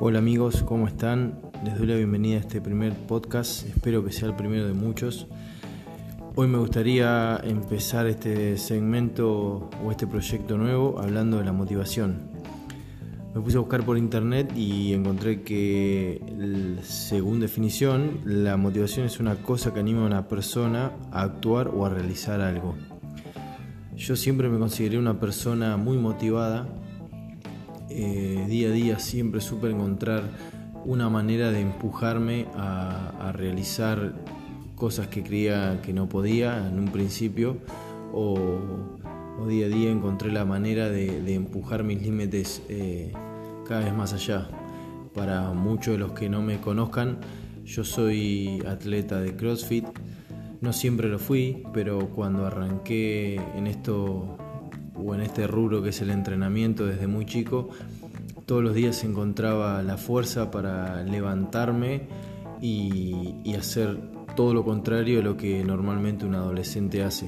Hola amigos, ¿cómo están? Les doy la bienvenida a este primer podcast, espero que sea el primero de muchos. Hoy me gustaría empezar este segmento o este proyecto nuevo hablando de la motivación. Me puse a buscar por internet y encontré que, según definición, la motivación es una cosa que anima a una persona a actuar o a realizar algo. Yo siempre me consideré una persona muy motivada. Día a día siempre supe encontrar una manera de empujarme a realizar cosas que creía que no podía en un principio, o día a día encontré la manera de empujar mis límites cada vez más allá. Para muchos de los que no me conozcan, yo soy atleta de CrossFit. No siempre lo fui, pero cuando arranqué en esto o en este rubro que es el entrenamiento desde muy chico, todos los días encontraba la fuerza para levantarme y hacer todo lo contrario de lo que normalmente un adolescente hace.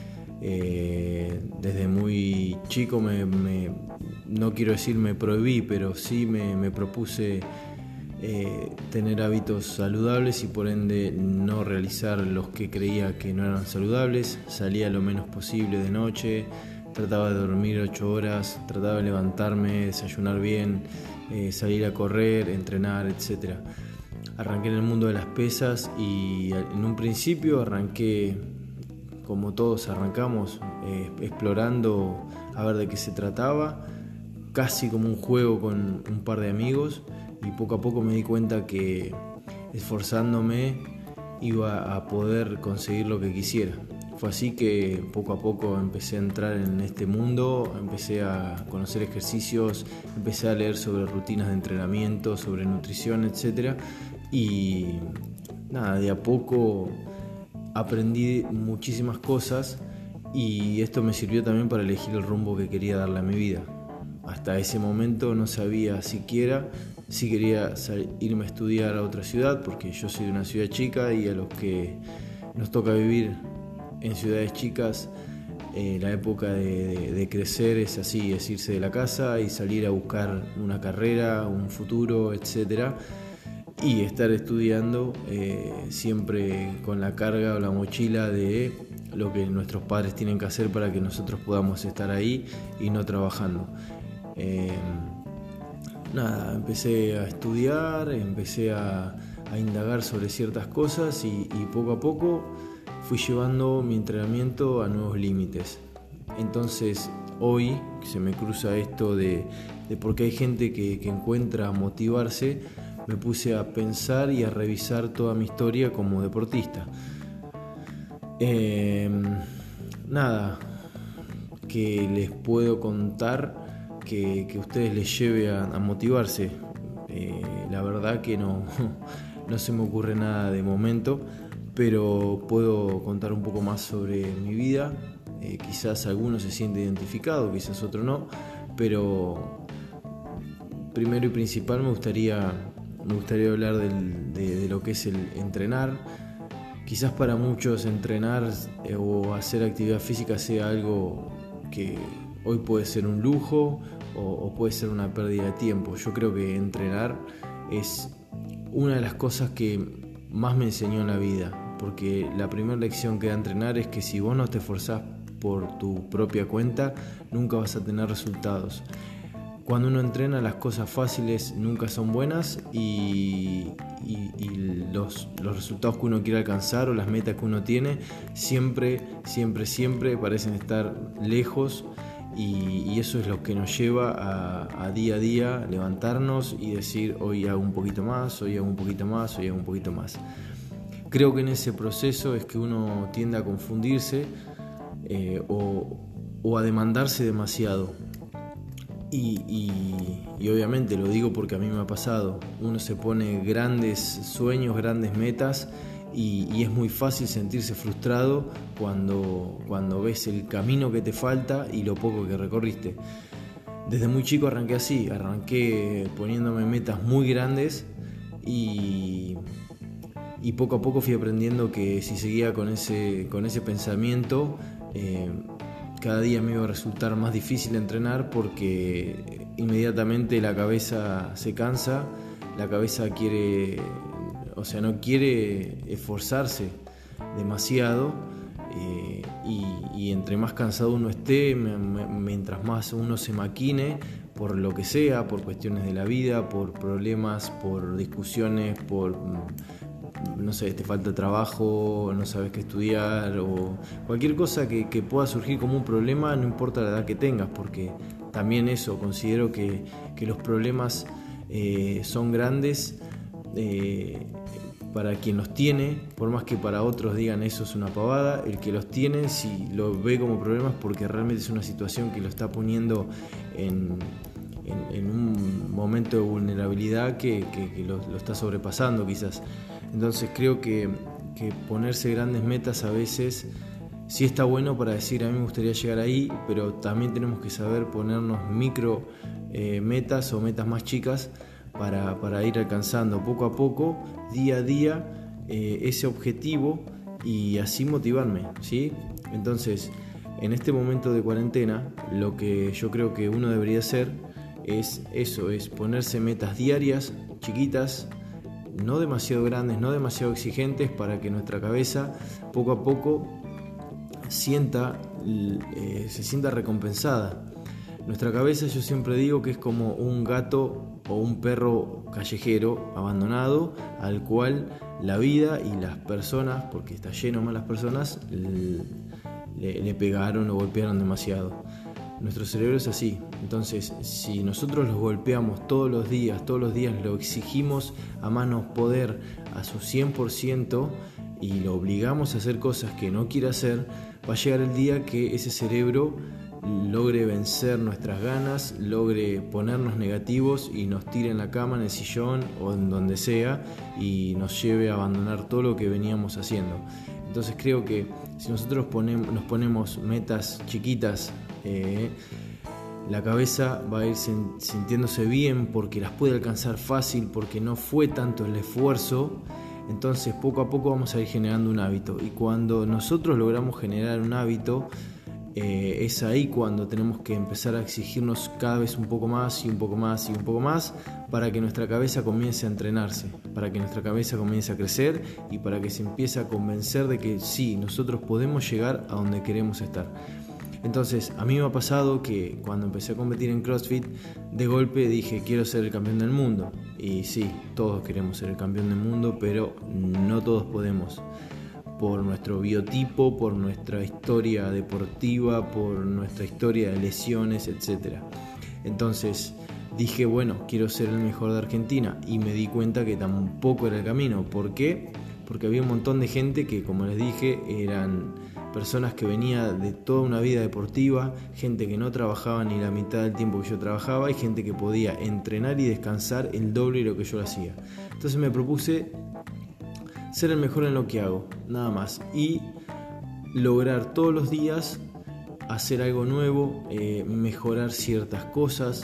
Desde muy chico no quiero decir me prohibí, pero sí me propuse tener hábitos saludables y por ende no realizar los que creía que no eran saludables. Salía lo menos posible de noche, trataba de dormir 8 horas, trataba de levantarme, desayunar bien, salir a correr, entrenar, etc. Arranqué en el mundo de las pesas y en un principio arranqué, como todos arrancamos, explorando a ver de qué se trataba, casi como un juego con un par de amigos, y poco a poco me di cuenta que esforzándome iba a poder conseguir lo que quisiera. Fue así que poco a poco empecé a entrar en este mundo, empecé a conocer ejercicios, empecé a leer sobre rutinas de entrenamiento, sobre nutrición, etc. Y nada, de a poco aprendí muchísimas cosas y esto me sirvió también para elegir el rumbo que quería darle a mi vida. Hasta ese momento no sabía siquiera si quería irme a estudiar a otra ciudad, porque yo soy de una ciudad chica y a los que nos toca vivir en ciudades chicas, la época de crecer es así, es irse de la casa y salir a buscar una carrera, un futuro, etc. Y estar estudiando siempre con la carga o la mochila de lo que nuestros padres tienen que hacer para que nosotros podamos estar ahí y no trabajando. Empecé a estudiar, empecé a indagar sobre ciertas cosas y poco a poco fui llevando mi entrenamiento a nuevos límites. Entonces hoy se me cruza esto de por qué hay gente que encuentra motivarse. Me puse a pensar y a revisar toda mi historia como deportista. Que les puedo contar que a ustedes les lleve a motivarse. La verdad que no se me ocurre nada de momento, pero puedo contar un poco más sobre mi vida. Quizás alguno se siente identificado, quizás otro no, pero primero y principal me gustaría hablar de lo que es el entrenar. Quizás para muchos entrenar o hacer actividad física sea algo que hoy puede ser un lujo o puede ser una pérdida de tiempo. Yo creo que entrenar es una de las cosas que más me enseñó en la vida, porque la primera lección que da entrenar es que si vos no te esforzás por tu propia cuenta, nunca vas a tener resultados. Cuando uno entrena, las cosas fáciles nunca son buenas y los resultados que uno quiere alcanzar o las metas que uno tiene siempre parecen estar lejos, y eso es lo que nos lleva a día levantarnos y decir hoy hago un poquito más, hoy hago un poquito más, hoy hago un poquito más. Creo que en ese proceso es que uno tiende a confundirse o a demandarse demasiado. Y obviamente lo digo porque a mí me ha pasado. Uno se pone grandes sueños, grandes metas y es muy fácil sentirse frustrado cuando ves el camino que te falta y lo poco que recorriste. Desde muy chico arranqué poniéndome metas muy grandes y poco a poco fui aprendiendo que si seguía con ese pensamiento, cada día me iba a resultar más difícil entrenar porque inmediatamente la cabeza se cansa, la cabeza no quiere esforzarse demasiado, y entre más cansado uno esté, mientras más uno se maquine por lo que sea, por cuestiones de la vida, por problemas, por discusiones, por no sé, te falta trabajo, no sabes qué estudiar o cualquier cosa que pueda surgir como un problema, no importa la edad que tengas, porque también eso, considero que los problemas son grandes para quien los tiene, por más que para otros digan eso es una pavada. El que los tiene, si lo ve como problemas, porque realmente es una situación que lo está poniendo en un momento de vulnerabilidad que lo está sobrepasando quizás. Entonces creo que ponerse grandes metas a veces sí está bueno para decir a mí me gustaría llegar ahí, pero también tenemos que saber ponernos micro metas o metas más chicas para ir alcanzando poco a poco, día a día, ese objetivo y así motivarme, ¿sí? Entonces, en este momento de cuarentena, lo que yo creo que uno debería hacer es eso, es ponerse metas diarias, chiquitas, no demasiado grandes, no demasiado exigentes, para que nuestra cabeza poco a poco se sienta recompensada. Nuestra cabeza, yo siempre digo que es como un gato o un perro callejero abandonado, al cual la vida y las personas, porque está lleno de malas personas, le pegaron o golpearon demasiado. Nuestro cerebro es así. Entonces, si nosotros los golpeamos todos los días lo exigimos a más no poder, a su 100%, y lo obligamos a hacer cosas que no quiere hacer, va a llegar el día que ese cerebro logre vencer nuestras ganas, logre ponernos negativos y nos tire en la cama, en el sillón o en donde sea, y nos lleve a abandonar todo lo que veníamos haciendo. Entonces creo que si nosotros nos ponemos metas chiquitas, la cabeza va a ir sintiéndose bien porque las puede alcanzar fácil, porque no fue tanto el esfuerzo. Entonces poco a poco vamos a ir generando un hábito, y cuando nosotros logramos generar un hábito, es ahí cuando tenemos que empezar a exigirnos cada vez un poco más y un poco más y un poco más, para que nuestra cabeza comience a entrenarse, para que nuestra cabeza comience a crecer y para que se empiece a convencer de que sí, nosotros podemos llegar a donde queremos estar. Entonces, a mí me ha pasado que cuando empecé a competir en CrossFit, de golpe dije, quiero ser el campeón del mundo. Y sí, todos queremos ser el campeón del mundo, pero no todos podemos. Por nuestro biotipo, por nuestra historia deportiva, por nuestra historia de lesiones, etc. Entonces dije, bueno, quiero ser el mejor de Argentina, y me di cuenta que tampoco era el camino. ¿Por qué? Porque había un montón de gente que, como les dije, eran personas que venían de toda una vida deportiva, gente que no trabajaba ni la mitad del tiempo que yo trabajaba, y gente que podía entrenar y descansar el doble de lo que yo lo hacía. Entonces me propuse ser el mejor en lo que hago, nada más, y lograr todos los días hacer algo nuevo, mejorar ciertas cosas,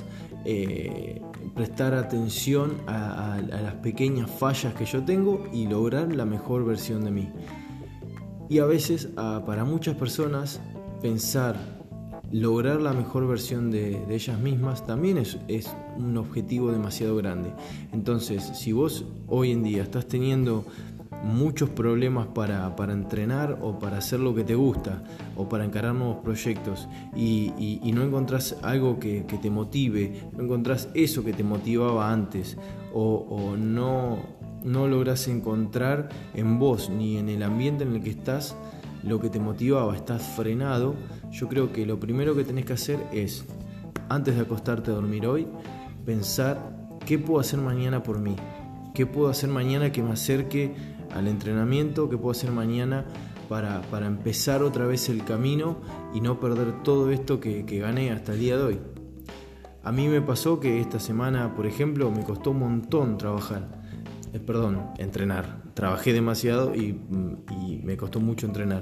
prestar atención a las pequeñas fallas que yo tengo y lograr la mejor versión de mí. Y a veces, para muchas personas, lograr la mejor versión de ellas mismas también es un objetivo demasiado grande. Entonces, si vos hoy en día estás teniendo muchos problemas para entrenar o para hacer lo que te gusta o para encarar nuevos proyectos, y no encontrás algo que te motive, no encontrás eso que te motivaba antes, o no lográs encontrar en vos ni en el ambiente en el que estás lo que te motivaba, estás frenado, yo creo que lo primero que tenés que hacer es, antes de acostarte a dormir hoy, pensar qué puedo hacer mañana por mí, qué puedo hacer mañana que me acerque al entrenamiento, qué puedo hacer mañana para empezar otra vez el camino y no perder todo esto que gané hasta el día de hoy. A mí me pasó que esta semana, por ejemplo, me costó un montón entrenar. Trabajé demasiado y me costó mucho entrenar.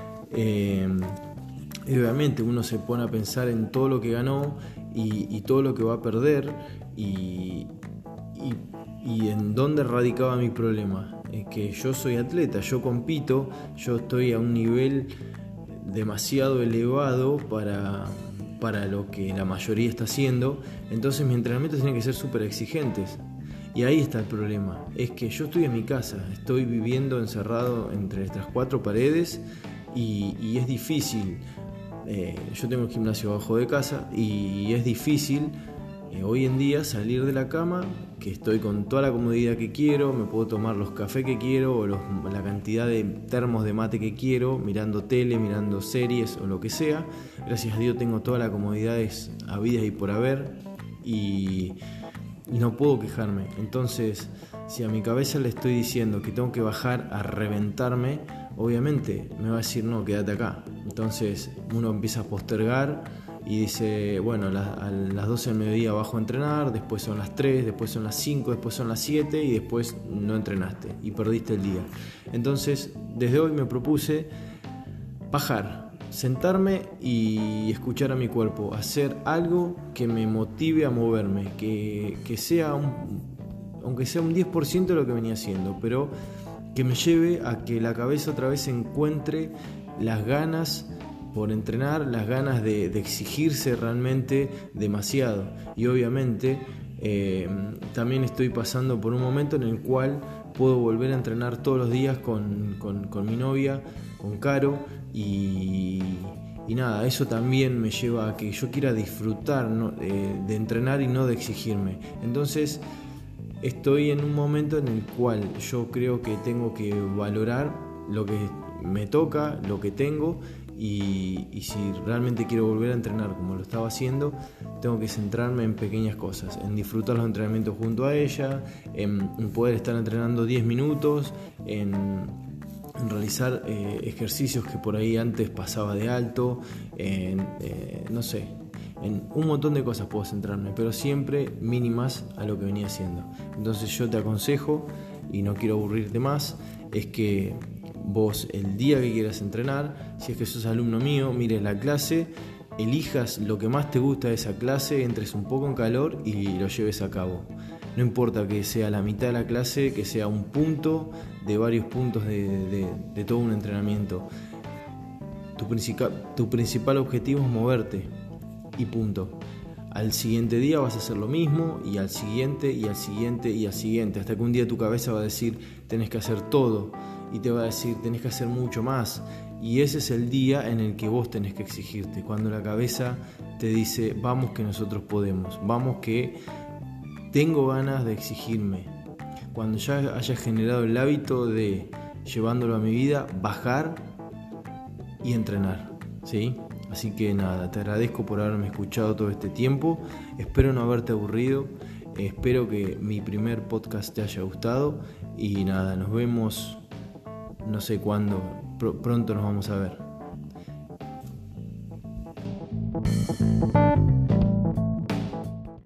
Y obviamente uno se pone a pensar en todo lo que ganó y todo lo que va a perder y en dónde radicaba mi problema. Que yo soy atleta, yo compito, yo estoy a un nivel demasiado elevado para lo que la mayoría está haciendo, entonces mis entrenamientos tienen que ser súper exigentes. Y ahí está el problema, es que yo estoy en mi casa, estoy viviendo encerrado entre estas cuatro paredes y es difícil. Yo tengo el gimnasio abajo de casa y es difícil hoy en día salir de la cama, que estoy con toda la comodidad que quiero, me puedo tomar los cafés que quiero o la cantidad de termos de mate que quiero, mirando tele, mirando series o lo que sea. Gracias a Dios tengo todas las comodidades habidas y por haber y no puedo quejarme. Entonces, si a mi cabeza le estoy diciendo que tengo que bajar a reventarme, obviamente me va a decir no, quédate acá. Entonces uno empieza a postergar y dice, bueno, a las 12 del mediodía bajo a entrenar, después son las 3, después son las 5, después son las 7 y después no entrenaste y perdiste el día. Entonces, desde hoy me propuse bajar, sentarme y escuchar a mi cuerpo, hacer algo que me motive a moverme, que sea aunque sea un 10% de lo que venía haciendo, pero que me lleve a que la cabeza otra vez encuentre las ganas por entrenar, las ganas de exigirse realmente demasiado. Y obviamente también estoy pasando por un momento en el cual puedo volver a entrenar todos los días con mi novia, con Caro, y nada, eso también me lleva a que yo quiera disfrutar, ¿no? De entrenar y no de exigirme. Entonces estoy en un momento en el cual yo creo que tengo que valorar lo que me toca, lo que tengo, y si realmente quiero volver a entrenar como lo estaba haciendo, tengo que centrarme en pequeñas cosas, en disfrutar los entrenamientos junto a ella, en poder estar entrenando 10 minutos, en realizar ejercicios que por ahí antes pasaba de alto, no sé, en un montón de cosas puedo centrarme, pero siempre mínimas a lo que venía haciendo. Entonces yo te aconsejo, y no quiero aburrirte más, es que vos el día que quieras entrenar, si es que sos alumno mío, mires la clase, elijas lo que más te gusta de esa clase, entres un poco en calor y lo lleves a cabo. No importa que sea la mitad de la clase, que sea un punto de varios puntos de todo un entrenamiento. Tu principal objetivo es moverte y punto. Al siguiente día vas a hacer lo mismo, y al siguiente, y al siguiente, y al siguiente, hasta que un día tu cabeza va a decir tenés que hacer todo, y te va a decir tenés que hacer mucho más, y ese es el día en el que vos tenés que exigirte, cuando la cabeza te dice vamos que nosotros podemos, vamos que tengo ganas de exigirme. Cuando ya hayas generado el hábito de, llevándolo a mi vida, bajar y entrenar, ¿sí? Así que nada, te agradezco por haberme escuchado todo este tiempo, espero no haberte aburrido, espero que mi primer podcast te haya gustado y nada, nos vemos, no sé cuándo, pronto nos vamos a ver.